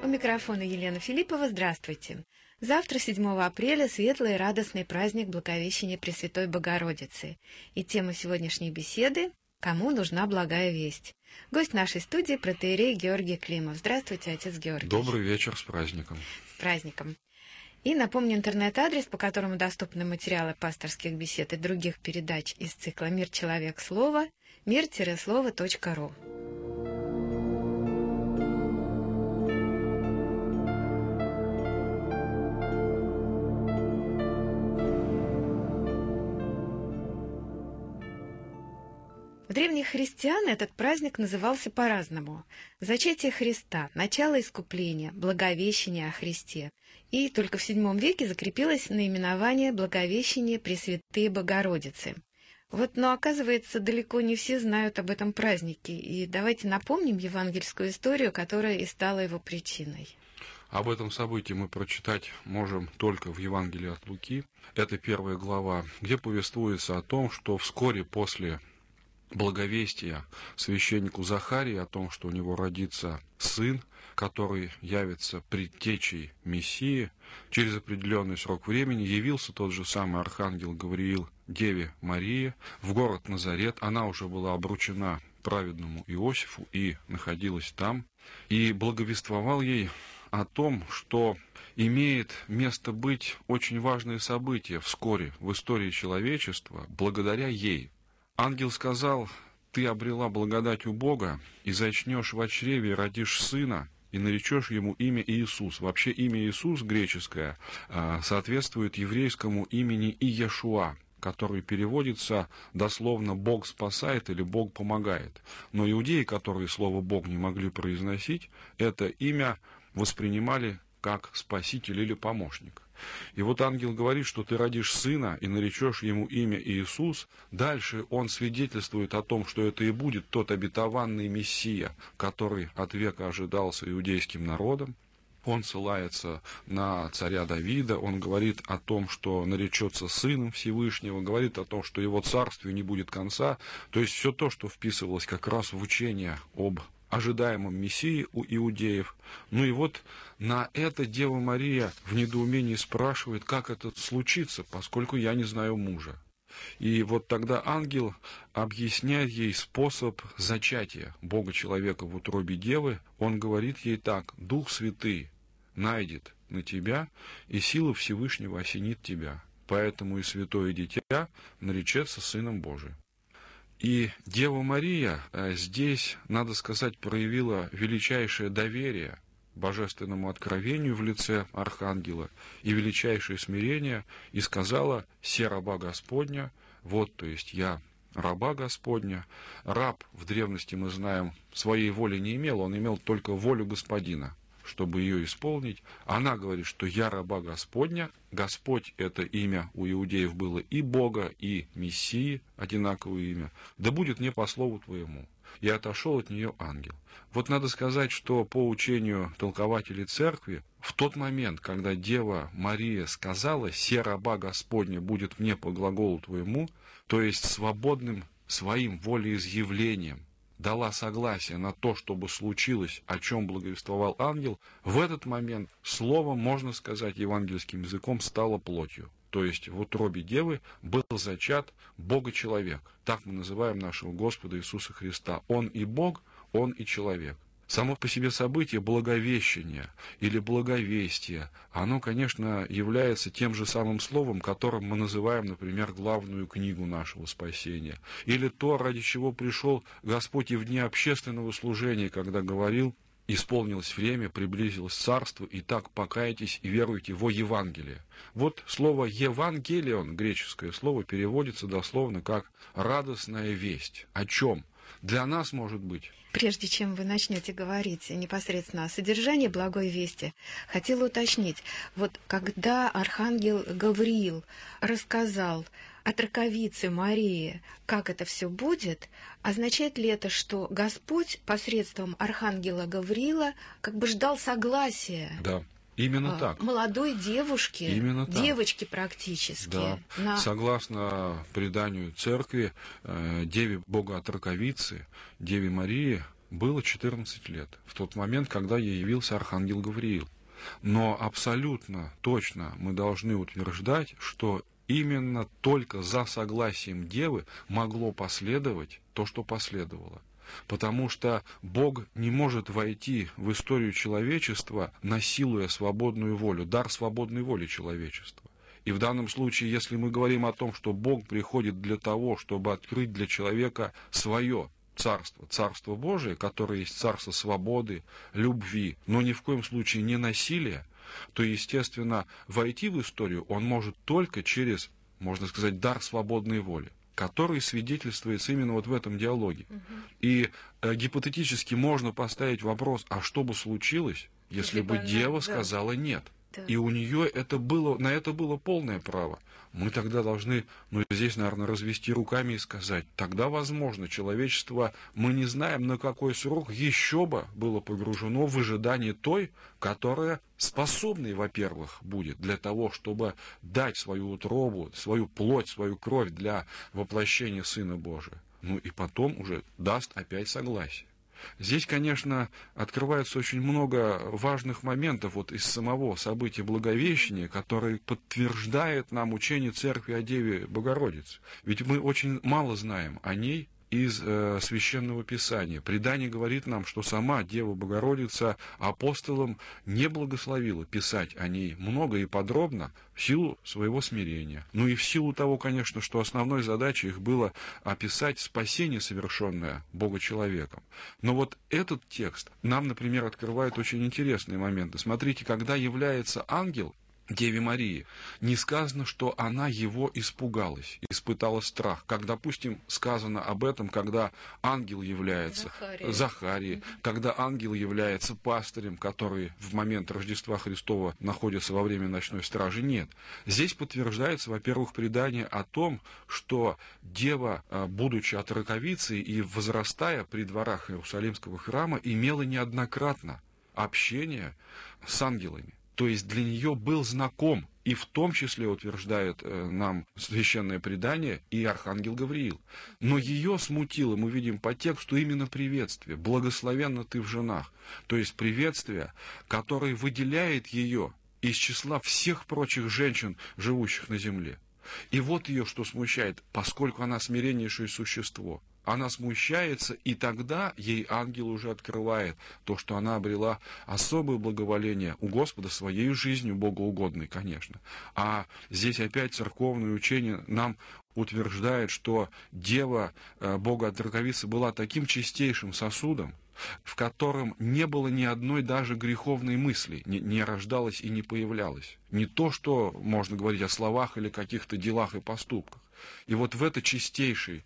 микрофона Елена Филиппова. Здравствуйте. Завтра, 7 апреля, светлый и радостный праздник Благовещения Пресвятой Богородицы. И тема сегодняшней беседы — «Кому нужна благая весть?». Гость нашей студии — протоиерей Георгий Климов. Здравствуйте, отец Георгий. Добрый вечер, с праздником. С праздником. И напомню интернет-адрес, по которому доступны материалы пасторских бесед и других передач из цикла «Мир, человек, слово» — мир-слово.ру. У древних христиан этот праздник назывался по-разному. Зачатие Христа, начало искупления, Благовещение о Христе. И только в VII веке закрепилось наименование Благовещение Пресвятой Богородицы. Но оказывается, далеко не все знают об этом празднике. И давайте напомним евангельскую историю, которая и стала его причиной. Об этом событии мы прочитать можем только в Евангелии от Луки. Это 1 глава, где повествуется о том, что вскоре после благовестия священнику Захарии о том, что у него родится сын, который явится предтечей Мессии, через определенный срок времени явился тот же самый архангел Гавриил Деве Марии в город Назарет. Она уже была обручена праведному Иосифу и находилась там, и благовествовал ей о том, что имеет место быть очень важное событие вскоре в истории человечества благодаря ей. Ангел сказал: «Ты обрела благодать у Бога, и зачнешь во чреве, и родишь сына, и наречешь ему имя Иисус». Вообще имя Иисус греческое соответствует еврейскому имени Иешуа, который переводится дословно «Бог спасает» или «Бог помогает». Но иудеи, которые слово «Бог» не могли произносить, это имя воспринимали как спаситель или помощник. И вот ангел говорит, что ты родишь сына и наречешь ему имя Иисус. Дальше он свидетельствует о том, что это и будет тот обетованный Мессия, который от века ожидался иудейским народом. Он ссылается на царя Давида, он говорит о том, что наречется сыном Всевышнего, говорит о том, что его царствию не будет конца. То есть все то, что вписывалось как раз в учение об ожидаемом Мессии у иудеев. И вот на это Дева Мария в недоумении спрашивает, как это случится, поскольку я не знаю мужа. И вот тогда ангел объясняет ей способ зачатия Бога-человека в утробе Девы. Он говорит ей так: «Дух Святый найдет на тебя, и сила Всевышнего осенит тебя, поэтому и святое дитя наречется Сыном Божиим». И Дева Мария здесь, надо сказать, проявила величайшее доверие божественному откровению в лице архангела и величайшее смирение, и сказала: «Се раба Господня». Вот, то есть я раба Господня. Раб в древности, мы знаем, своей воли не имел, он имел только волю Господина, чтобы ее исполнить. Она говорит, что я раба Господня. Господь — это имя у иудеев было и Бога, и Мессии, одинаковое имя. «Да будет мне по слову твоему». И отошел от нее ангел. Вот надо сказать, что по учению толкователей церкви, в тот момент, когда Дева Мария сказала: «Се раба Господня будет мне по глаголу твоему», то есть свободным своим волеизъявлением дала согласие на то, чтобы случилось, о чем благовествовал ангел, в этот момент слово, можно сказать евангельским языком, стало плотью. То есть в утробе Девы был зачат Бога-человек. Так мы называем нашего Господа Иисуса Христа. Он и Бог, Он и человек. Само по себе событие Благовещения или Благовестия, оно, конечно, является тем же самым словом, которым мы называем, например, главную книгу нашего спасения. Или то, ради чего пришел Господь и в дни общественного служения, когда говорил: «Исполнилось время, приблизилось царство, и так покайтесь и веруйте во Евангелие». Вот слово «евангелион», греческое слово, переводится дословно как «радостная весть». О чем? Для нас, может быть. Прежде чем вы начнете говорить непосредственно о содержании благой вести, хотела уточнить, когда архангел Гавриил рассказал о траковице Марии, как это все будет, означает ли это, что Господь посредством архангела Гавриила ждал согласия? Да. Именно так. Молодой девушки, девочки практически. Да. Согласно преданию церкви, Деве Бога-Отроковицы, Деве Марии, было 14 лет, в тот момент, когда ей явился архангел Гавриил. Но абсолютно точно мы должны утверждать, что именно только за согласием девы могло последовать то, что последовало. Потому что Бог не может войти в историю человечества, насилуя свободную волю, дар свободной воли человечества. И в данном случае, если мы говорим о том, что Бог приходит для того, чтобы открыть для человека свое царство, царство Божие, которое есть царство свободы, любви, но ни в коем случае не насилия, то, естественно, войти в историю он может только через, можно сказать, дар свободной воли, который свидетельствуется именно вот в этом диалоге. И гипотетически можно поставить вопрос, а что бы случилось, если бы дева сказала «нет»? И у нее на это было полное право. Мы тогда должны, здесь, наверное, развести руками и сказать, тогда, возможно, человечество, мы не знаем, на какой срок еще бы было погружено в ожидание той, которая способной, во-первых, будет для того, чтобы дать свою утробу, свою плоть, свою кровь для воплощения Сына Божия. И потом уже даст опять согласие. Здесь, конечно, открывается очень много важных моментов вот из самого события Благовещения, который подтверждает нам учение Церкви о Деве Богородице. Ведь мы очень мало знаем о ней из Священного Писания. Предание говорит нам, что сама Дева Богородица апостолам не благословила писать о ней много и подробно в силу своего смирения. И в силу того, конечно, что основной задачей их было описать спасение, совершенное Бога-человеком. Но вот этот текст нам, например, открывает очень интересные моменты. Смотрите, когда является ангел Деве Марии, не сказано, что она его испугалась, испытала страх. Как, допустим, сказано об этом, когда ангел является Захарии, когда ангел является пастырем, который в момент Рождества Христова находится во время ночной стражи. Нет. Здесь подтверждается, во-первых, предание о том, что дева, будучи отроковицей и возрастая при дворах Иерусалимского храма, имела неоднократно общение с ангелами. То есть для нее был знаком, и в том числе, утверждает нам священное предание, и архангел Гавриил. Но ее смутило, мы видим по тексту, именно приветствие. «Благословенна ты в женах». То есть приветствие, которое выделяет ее из числа всех прочих женщин, живущих на земле. И вот ее что смущает, поскольку она смиреннейшее существо. Она смущается, и тогда ей ангел уже открывает то, что она обрела особое благоволение у Господа своей жизнью, богоугодной, конечно. А здесь опять церковное учение нам утверждает, что дева Бога-отроковицы была таким чистейшим сосудом, в котором не было ни одной даже греховной мысли, не рождалась и не появлялась. Не то, что можно говорить о словах или каких-то делах и поступках. И вот в этот чистейший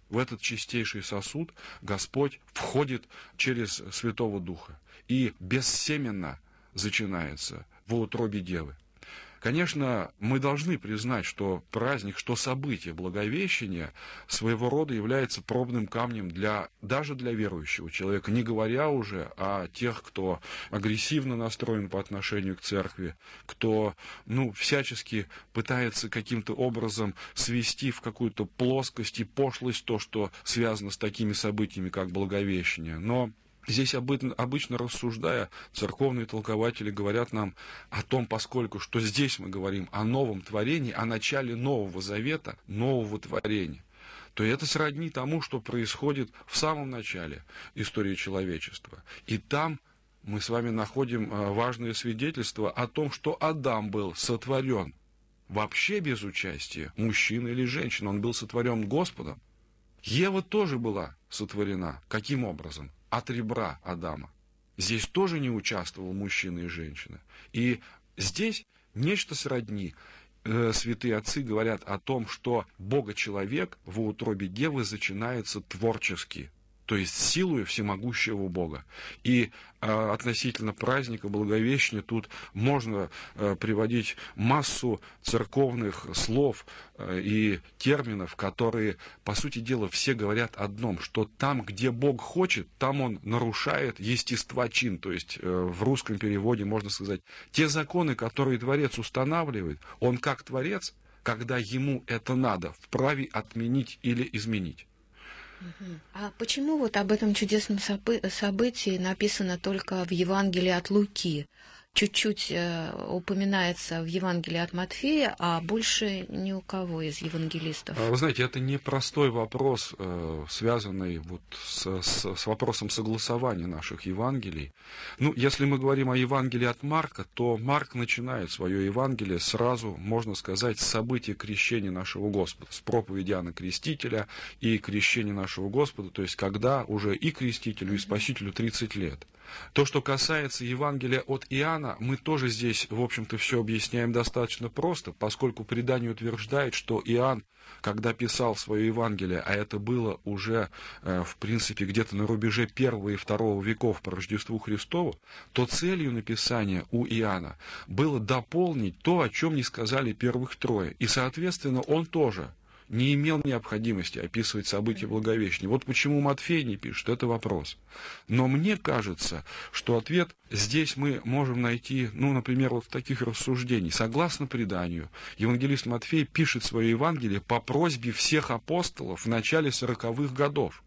сосуд Господь входит через Святого Духа и бессеменно зачинается во утробе Девы. Конечно, мы должны признать, что праздник, что событие Благовещения своего рода является пробным камнем даже для верующего человека, не говоря уже о тех, кто агрессивно настроен по отношению к церкви, кто всячески пытается каким-то образом свести в какую-то плоскость и пошлость то, что связано с такими событиями, как Благовещение. Но здесь обычно рассуждая, церковные толкователи говорят нам о том, поскольку что здесь мы говорим о новом творении, о начале Нового Завета, нового творения, то это сродни тому, что происходит в самом начале истории человечества. И там мы с вами находим важное свидетельство о том, что Адам был сотворен вообще без участия мужчины или женщины, он был сотворен Господом. Ева тоже была сотворена. Каким образом? От ребра Адама. Здесь тоже не участвовал мужчина и женщина. И здесь нечто сродни. Святые отцы говорят о том, что Бога-человек во утробе Девы зачинается творчески, то есть силою всемогущего Бога. И относительно праздника Благовещения тут можно приводить массу церковных слов и терминов, которые, по сути дела, все говорят о одном, что там, где Бог хочет, там Он нарушает естества чин, то есть в русском переводе можно сказать, те законы, которые Творец устанавливает, Он как Творец, когда Ему это надо, вправе отменить или изменить. А почему вот об этом чудесном событии написано только в Евангелии от Луки? Чуть-чуть упоминается в Евангелии от Матфея, а больше ни у кого из евангелистов. Вы знаете, это непростой вопрос, связанный вот с вопросом согласования наших Евангелий. Ну, если мы говорим о Евангелии от Марка, то Марк начинает свое Евангелие сразу, можно сказать, с события крещения нашего Господа, с проповеди Иоанна Крестителя и крещения нашего Господа, то есть когда уже и Крестителю, и Спасителю 30 лет. То, что касается Евангелия от Иоанна, мы тоже здесь, в общем-то, все объясняем достаточно просто, поскольку предание утверждает, что Иоанн, когда писал свое Евангелие, а это было уже, в принципе, где-то на рубеже 1 и 2 веков по Рождеству Христову, то целью написания у Иоанна было дополнить то, о чем не сказали первых трое. И, соответственно, он тоже не имел необходимости описывать события Благовещения. Вот почему Матфей не пишет, это вопрос. Но мне кажется, что ответ здесь мы можем найти, например, вот в таких рассуждениях. Согласно преданию, евангелист Матфей пишет свое Евангелие по просьбе всех апостолов в начале 40-х годов.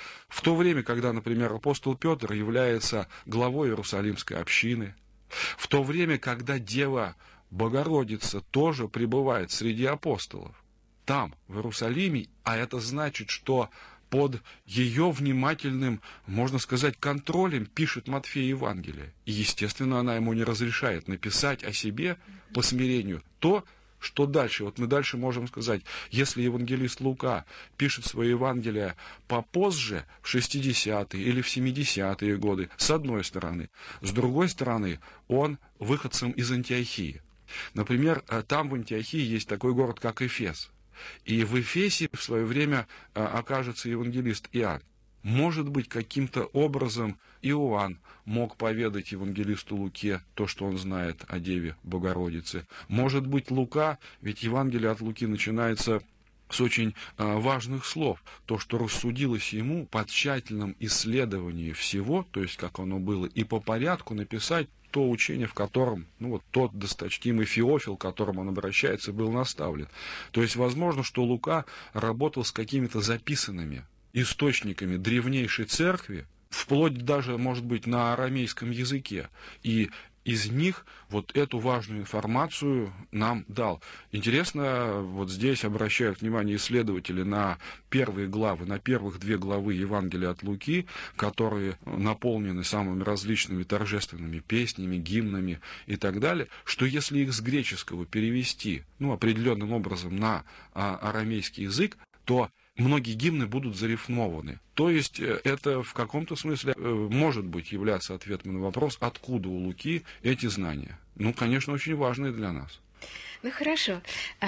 В то время, когда, например, апостол Петр является главой Иерусалимской общины, в то время, когда Дева Богородица тоже пребывает среди апостолов, там, в Иерусалиме, а это значит, что под ее внимательным, можно сказать, контролем пишет Матфей Евангелие. И, естественно, она ему не разрешает написать о себе по смирению то, что дальше. Вот мы дальше можем сказать, если евангелист Лука пишет свое Евангелие попозже, в 60-е или в 70-е годы, с одной стороны. С другой стороны, он выходцем из Антиохии. Например, там в Антиохии есть такой город, как Эфес. И в Эфесе в свое время окажется евангелист Иоанн. Может быть, каким-то образом Иоанн мог поведать евангелисту Луке то, что он знает о Деве Богородице. Может быть, Лука, ведь Евангелие от Луки начинается с очень важных слов. То, что рассудилось ему по тщательном исследовании всего, то есть как оно было, и по порядку написать то учение, в котором, тот досточтимый Феофил, к которому он обращается, был наставлен. То есть, возможно, что Лука работал с какими-то записанными источниками древнейшей церкви, вплоть даже, может быть, на арамейском языке, и из них вот эту важную информацию нам дал. Интересно, вот здесь обращают внимание исследователи на первые главы, на первых 2 главы Евангелия от Луки, которые наполнены самыми различными торжественными песнями, гимнами и так далее, что если их с греческого перевести, определенным образом на арамейский язык, то многие гимны будут зарифмованы. То есть это в каком-то смысле может быть являться ответом на вопрос, откуда у Луки эти знания. Конечно, очень важные для нас. Хорошо.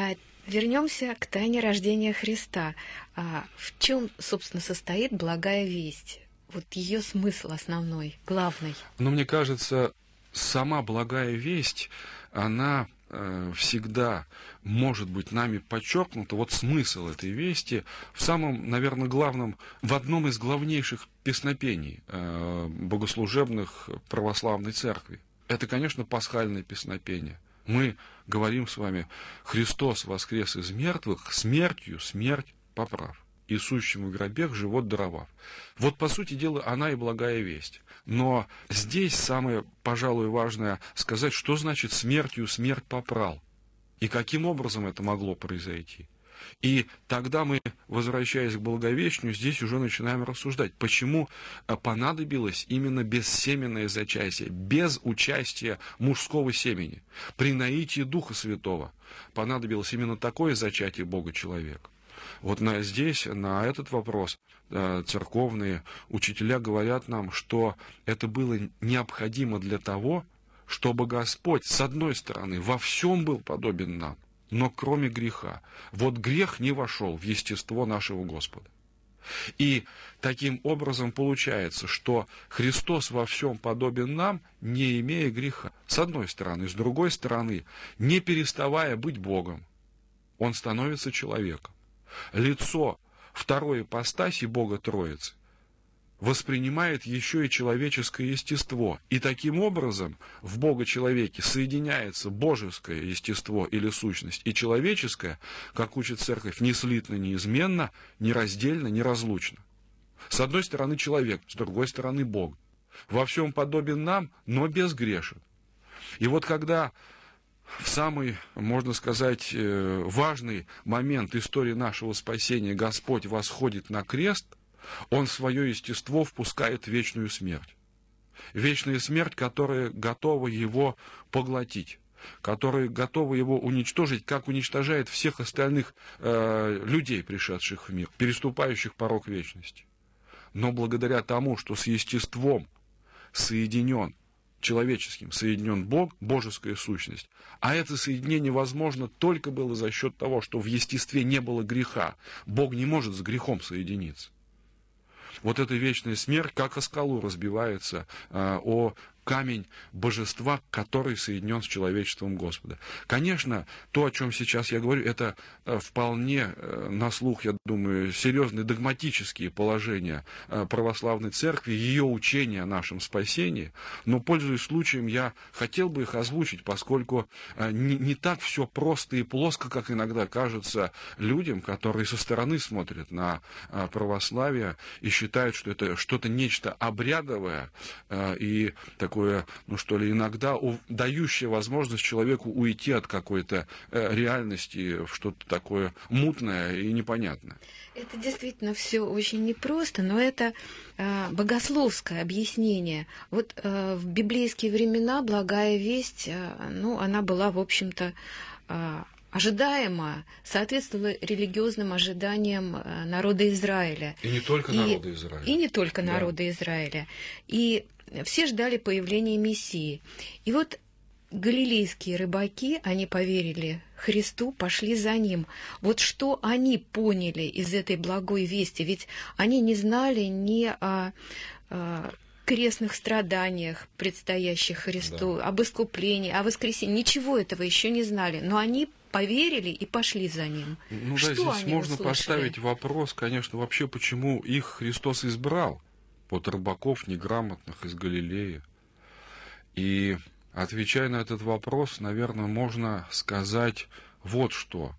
Вернемся к тайне рождения Христа. В чем, собственно, состоит благая весть? Вот ее смысл основной, главный. Мне кажется, сама благая весть, она всегда может быть нами подчеркнута, вот смысл этой вести в самом, наверное, главном, в одном из главнейших песнопений богослужебных православной церкви. Это, конечно, пасхальное песнопение. Мы говорим с вами: «Христос воскрес из мертвых, смертью смерть поправ, и сущему в гробех живот даровав». Вот, по сути дела, она и благая весть. Но здесь самое, пожалуй, важное сказать, что значит смертью смерть попрал, и каким образом это могло произойти. И тогда мы, возвращаясь к Благовещению, здесь уже начинаем рассуждать, почему понадобилось именно бессеменное зачатие, без участия мужского семени. При наитии Духа Святого понадобилось именно такое зачатие Бога-человека. Вот здесь, на этот вопрос, церковные учителя говорят нам, что это было необходимо для того, чтобы Господь, с одной стороны, во всем был подобен нам, но кроме греха. Вот грех не вошел в естество нашего Господа. И таким образом получается, что Христос во всем подобен нам, не имея греха. С одной стороны. С другой стороны, не переставая быть Богом, Он становится человеком. Лицо второй ипостаси Бога Троицы воспринимает еще и человеческое естество. И таким образом в Бога-человеке соединяется божеское естество или сущность и человеческое, как учит Церковь, неслитно, неизменно, нераздельно, неразлучно. С одной стороны человек, с другой стороны Бог. Во всем подобен нам, но безгрешен. И вот когда в самый, можно сказать, важный момент истории нашего спасения Господь восходит на крест, Он в свое естество впускает вечную смерть. Вечная смерть, которая готова Его поглотить, которая готова Его уничтожить, как уничтожает всех остальных людей, пришедших в мир, переступающих порог вечности. Но благодаря тому, что с естеством соединен, человеческим соединен Бог, божеская сущность. А это соединение возможно только было за счет того, что в естестве не было греха. Бог не может с грехом соединиться. Вот эта вечная смерть, как о скалу разбивается, о камень божества, который соединен с человечеством Господа. Конечно, то, о чем сейчас я говорю, это вполне на слух, я думаю, серьезные догматические положения православной церкви, ее учения о нашем спасении, но, пользуясь случаем, я хотел бы их озвучить, поскольку не так все просто и плоско, как иногда кажется людям, которые со стороны смотрят на православие и считают, что это что-то нечто обрядовое и такое, ну что ли, иногда дающее возможность человеку уйти от какой-то реальности в что-то такое мутное и непонятное. Это действительно все очень непросто, но это богословское объяснение. Вот в библейские времена благая весть, ну, она была, в общем-то, ожидаемо, соответствовало религиозным ожиданиям народа Израиля. И не только народа Израиля. И не только народа Израиля. И все ждали появления Мессии. И вот галилейские рыбаки, они поверили Христу, пошли за Ним. Вот что они поняли из этой благой вести? Ведь они не знали ни о крестных страданиях, предстоящих Христу, об искуплении, о воскресении. Ничего этого еще не знали. Но они поверили и пошли за Ним. Ну что да, здесь они можно услышали? поставить вопрос, конечно, вообще, почему их Христос избрал, вот рыбаков неграмотных из Галилеи. И отвечая на этот вопрос, наверное, можно сказать вот что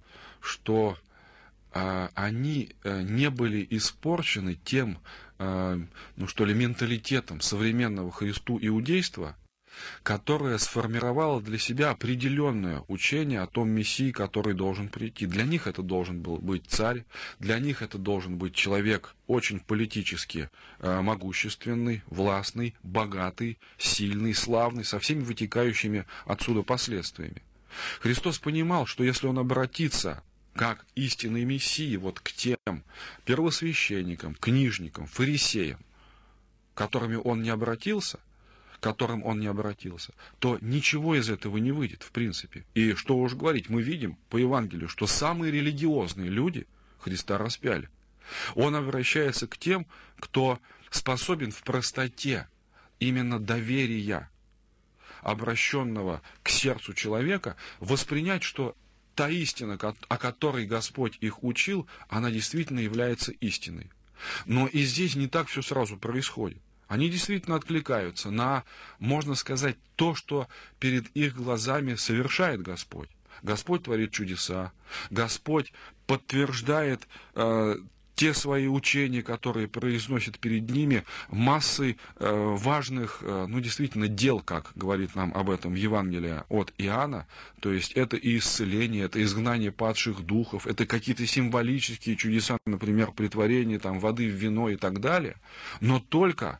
они не были испорчены тем, ну что ли, менталитетом современного Христу иудейства, которое сформировало для себя определенное учение о том Мессии, который должен прийти. Для них это должен был быть царь, для них это должен быть человек очень политически могущественный, властный, богатый, сильный, славный, со всеми вытекающими отсюда последствиями. Христос понимал, что если он обратится как истинный Мессия вот к тем первосвященникам, книжникам, фарисеям, к которым он не обратился, то ничего из этого не выйдет, в принципе. И что уж говорить, мы видим по Евангелию, что самые религиозные люди Христа распяли. Он обращается к тем, кто способен в простоте именно доверия, обращенного к сердцу человека, воспринять, что та истина, о которой Господь их учил, она действительно является истиной. Но и здесь не так все сразу происходит. Они действительно откликаются на, можно сказать, то, что перед их глазами совершает Господь. Господь творит чудеса, Господь подтверждает те свои учения, которые произносит перед ними, массой важных, ну, действительно, дел, как говорит нам об этом Евангелие от Иоанна. То есть это и исцеление, это изгнание падших духов, это какие-то символические чудеса, например, претворение там, воды в вино и так далее. Но только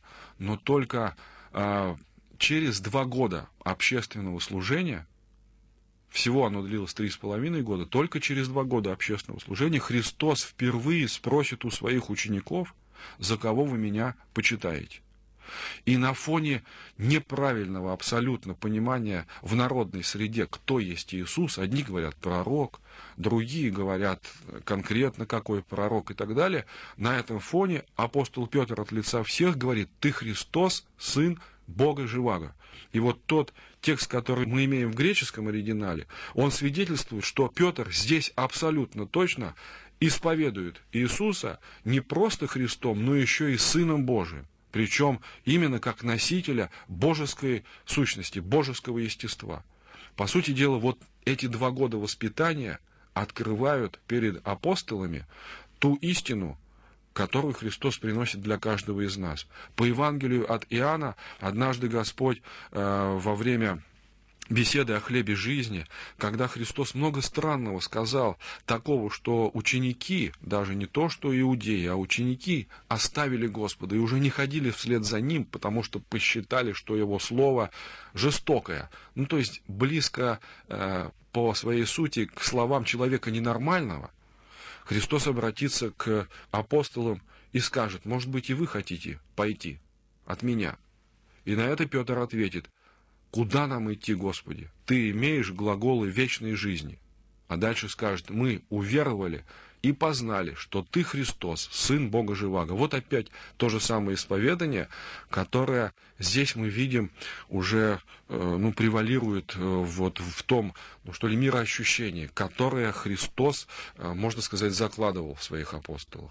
через 2 года общественного служения, всего оно длилось 3,5 года, только через 2 года общественного служения Христос впервые спросит у своих учеников, за кого вы меня почитаете. И на фоне неправильного абсолютно понимания в народной среде, кто есть Иисус, одни говорят пророк, другие говорят конкретно какой пророк и так далее, на этом фоне апостол Петр от лица всех говорит: «Ты Христос, Сын Бога Живаго». И вот тот текст, который мы имеем в греческом оригинале, он свидетельствует, что Петр здесь абсолютно точно исповедует Иисуса не просто Христом, но еще и Сыном Божиим. Причем именно как носителя божеской сущности, божеского естества. По сути дела, вот эти 2 года воспитания открывают перед апостолами ту истину, которую Христос приносит для каждого из нас. По Евангелию от Иоанна однажды Господь во время беседы о хлебе жизни, когда Христос много странного сказал, такого, что ученики, даже не то что иудеи, а ученики оставили Господа и уже не ходили вслед за Ним, потому что посчитали, что Его слово жестокое, ну то есть близко по своей сути к словам человека ненормального, Христос обратится к апостолам и скажет: может быть, и вы хотите пойти от меня? И на это Петр ответит: куда нам идти, Господи? Ты имеешь глаголы вечной жизни. А дальше скажет: мы уверовали и познали, что Ты Христос, Сын Бога Живаго. Вот опять то же самое исповедание, которое здесь мы видим уже превалирует вот в том, что ли, мироощущении, которое Христос, можно сказать, закладывал в своих апостолах.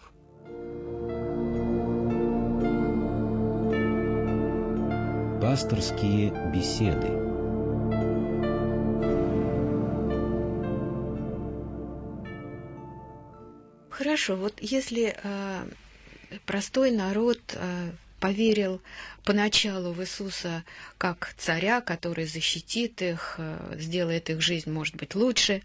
Пасторские беседы. Хорошо, вот если простой народ поверил поначалу в Иисуса как царя, который защитит их, сделает их жизнь, может быть, лучше,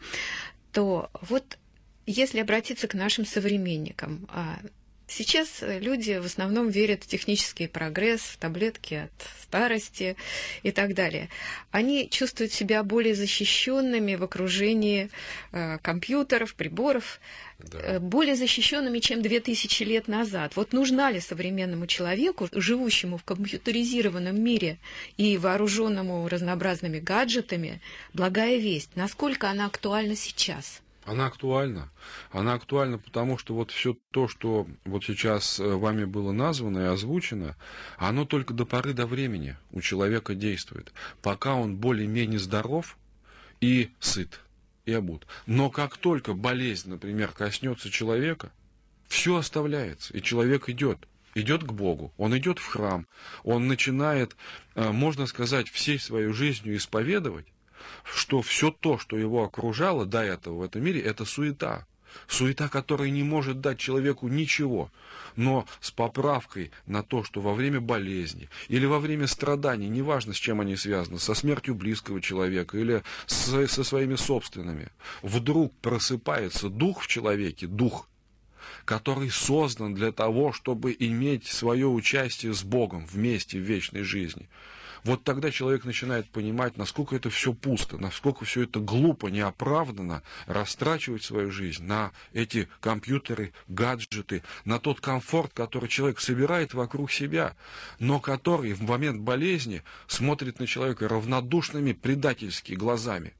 то вот если обратиться к нашим современникам, сейчас люди в основном верят в технический прогресс, в таблетки от старости и так далее. Они чувствуют себя более защищенными в окружении компьютеров, приборов, да, более защищенными, чем 2000 лет назад. Вот нужна ли современному человеку, живущему в компьютеризированном мире и вооруженному разнообразными гаджетами, благая весть? Насколько она актуальна сейчас? Она актуальна. Она актуальна, потому что вот все то, что вот сейчас вами было названо и озвучено, оно только до поры до времени у человека действует, пока он более-менее здоров и сыт, и обут. Но как только болезнь, например, коснется человека, все оставляется, и человек идет к Богу, он идет в храм, он начинает, можно сказать, всей своей жизнью исповедовать, что все то, что его окружало до этого в этом мире, это суета. Суета, которая не может дать человеку ничего, но с поправкой на то, что во время болезни или во время страданий, неважно, с чем они связаны, со смертью близкого человека или со своими собственными, вдруг просыпается дух в человеке, дух, который создан для того, чтобы иметь свое участие с Богом вместе в вечной жизни. Вот тогда человек начинает понимать, насколько это все пусто, насколько все это глупо, неоправданно растрачивать свою жизнь на эти компьютеры, гаджеты, на тот комфорт, который человек собирает вокруг себя, но который в момент болезни смотрит на человека равнодушными, предательски глазами.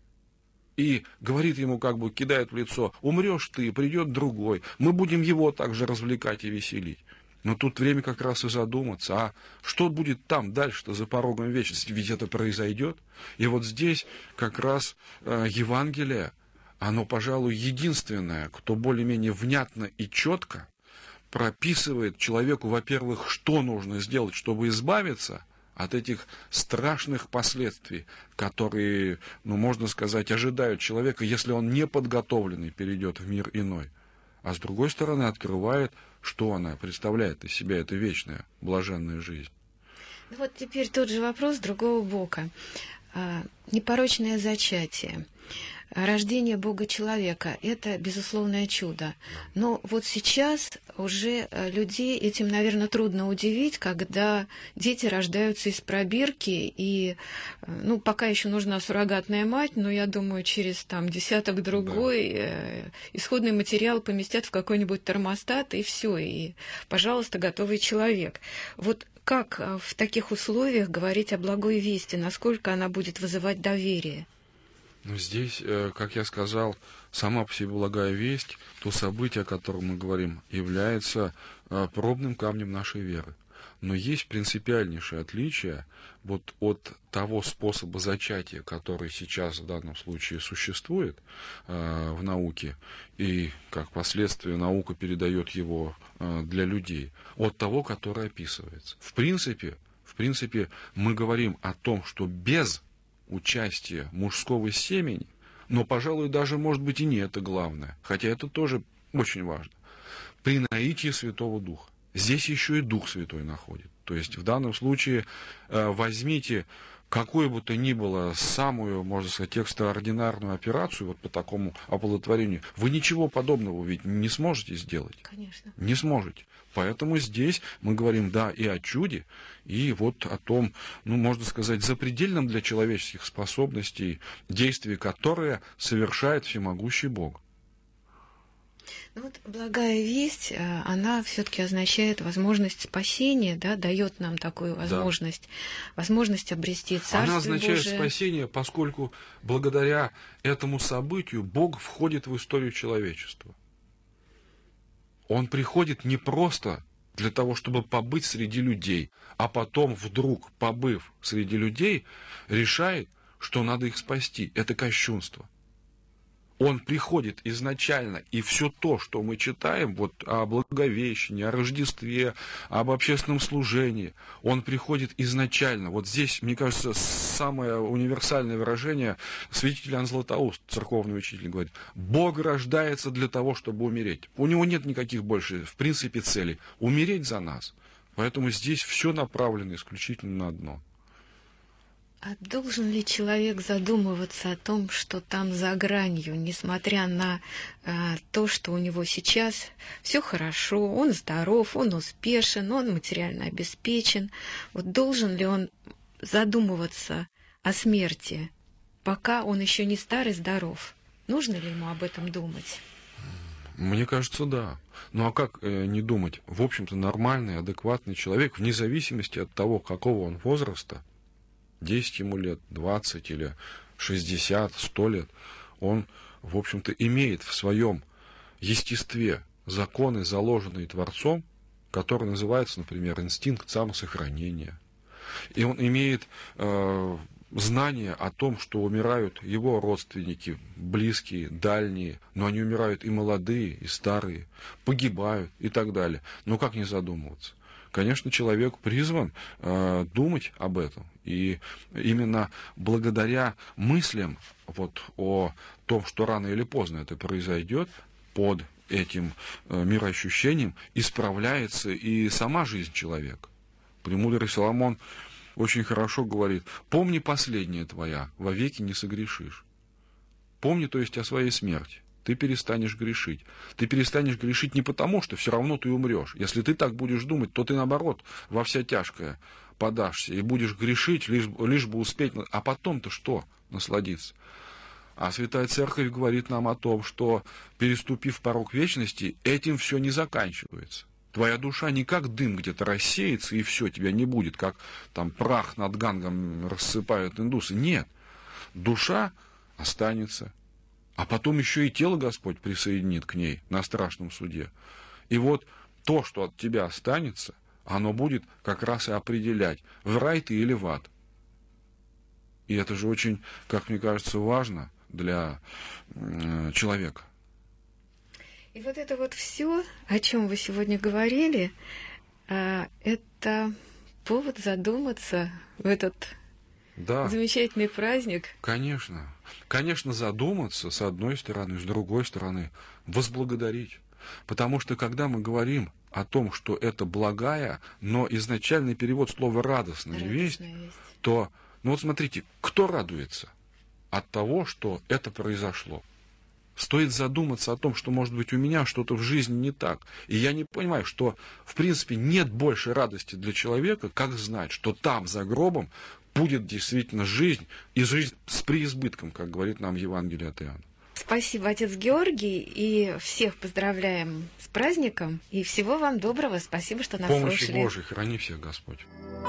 И говорит ему, как бы кидает в лицо: умрешь ты, придет другой, мы будем его также развлекать и веселить. Но тут время как раз и задуматься, а что будет там дальше-то за порогом вечности? Ведь это произойдет. И вот здесь как раз Евангелие, оно, пожалуй, единственное, кто более-менее внятно и четко прописывает человеку, во-первых, что нужно сделать, чтобы избавиться от этих страшных последствий, которые, можно сказать, ожидают человека, если он неподготовленный перейдет в мир иной. А с другой стороны открывает, что она представляет из себя, эта вечная, блаженная жизнь. Вот теперь тот же вопрос с другого бока. Непорочное зачатие, рождение Бога-человека – это безусловное чудо. Но вот сейчас уже людей этим, наверное, трудно удивить, когда дети рождаются из пробирки, и, пока еще нужна суррогатная мать, но я думаю, через десяток-другой исходный материал поместят в какой-нибудь термостат, и все, и, пожалуйста, готовый человек. Вот как в таких условиях говорить о благой вести, насколько она будет вызывать доверие? Здесь, как я сказал, сама по себе благая весть, то событие, о котором мы говорим, является пробным камнем нашей веры. Но есть принципиальнейшее отличие вот от того способа зачатия, который сейчас в данном случае существует в науке, и как последствие наука передает его для людей, от того, который описывается. В принципе, мы говорим о том, что без участия мужского семени, но, пожалуй, даже, может быть, и не это главное, хотя это тоже очень важно. при наитии Святого Духа. Здесь еще и Дух Святой находит. То есть в данном случае возьмите какую бы то ни было самую, можно сказать, экстраординарную операцию вот по такому оплодотворению, вы ничего подобного ведь не сможете сделать. Конечно. Не сможете. Поэтому здесь мы говорим, да, и о чуде, и вот о том, ну, можно сказать, запредельном для человеческих способностей действии, которое совершает всемогущий Бог. Ну вот благая весть, она все-таки означает возможность спасения, да, дает нам такую возможность, возможность обрести Царство Она означает Божие. спасение, поскольку благодаря этому событию Бог входит в историю человечества. Он приходит не просто для того, чтобы побыть среди людей, а потом вдруг, побыв среди людей, решает, что надо их спасти. Это кощунство. Он приходит изначально, и все то, что мы читаем вот о Благовещении, о Рождестве, об общественном служении, он приходит изначально. Вот здесь, мне кажется, самое универсальное выражение святитель Иоанн Златоуст, церковный учитель, говорит: Бог рождается для того, чтобы умереть. У него нет никаких больше, в принципе, целей. Умереть за нас. Поэтому здесь все направлено исключительно на одно. А должен ли человек задумываться о том, что там за гранью, несмотря на то, что у него сейчас все хорошо, он здоров, он успешен, он материально обеспечен? Вот должен ли он задумываться о смерти, пока он еще не стар и здоров? Нужно ли ему об этом думать? Мне кажется, да. Ну а как не думать? В общем-то, нормальный, адекватный человек, вне зависимости от того, какого он возраста, 10 ему лет, 20 или 60, 100 лет, он, в общем-то, имеет в своем естестве законы, заложенные Творцом, которые называются, например, инстинкт самосохранения. И он имеет знание о том, что умирают его родственники, близкие, дальние, но они умирают и молодые, и старые, погибают и так далее. Но как не задумываться? Конечно, человек призван думать об этом. И именно благодаря мыслям вот, о том, что рано или поздно это произойдет, под этим мироощущением исправляется и сама жизнь человека. Премудрый Соломон очень хорошо говорит: «Помни последнее твоя, вовеки не согрешишь». Помни, то есть, о своей смерти. Ты перестанешь грешить. Ты перестанешь грешить не потому, что все равно ты умрешь. Если ты так будешь думать, то ты, наоборот, во вся тяжкое подашься и будешь грешить, лишь бы успеть. А потом-то что? Насладиться. А Святая Церковь говорит нам о том, что, переступив порог вечности, этим все не заканчивается. Твоя душа не как дым где-то рассеется, и все, тебя не будет, как там прах над Гангом рассыпают индусы. Нет. Душа останется. А потом еще и тело Господь присоединит к ней на страшном суде. И вот то, что от тебя останется, оно будет как раз и определять, в рай ты или в ад. И это же очень, как мне кажется, важно для человека. И вот это вот все, о чем вы сегодня говорили, это повод задуматься в этот замечательный праздник. Конечно. Конечно, задуматься, с одной стороны, с другой стороны, возблагодарить. Потому что, когда мы говорим о том, что это благая, но изначальный перевод слова «радостная весть», то, ну вот смотрите, кто радуется от того, что это произошло? Стоит задуматься о том, что, может быть, у меня что-то в жизни не так. И я не понимаю, что, в принципе, нет большей радости для человека, как знать, что там, за гробом, будет действительно жизнь, и жизнь с преизбытком, как говорит нам Евангелие от Иоанна. Спасибо, отец Георгий, и всех поздравляем с праздником, и всего вам доброго. Спасибо, что нас слушали. Помощи Божией, храни всех Господь.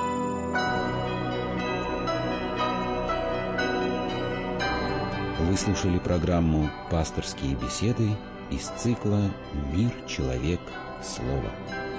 Вы слушали программу «Пасторские беседы» из цикла «Мир, человек, слово».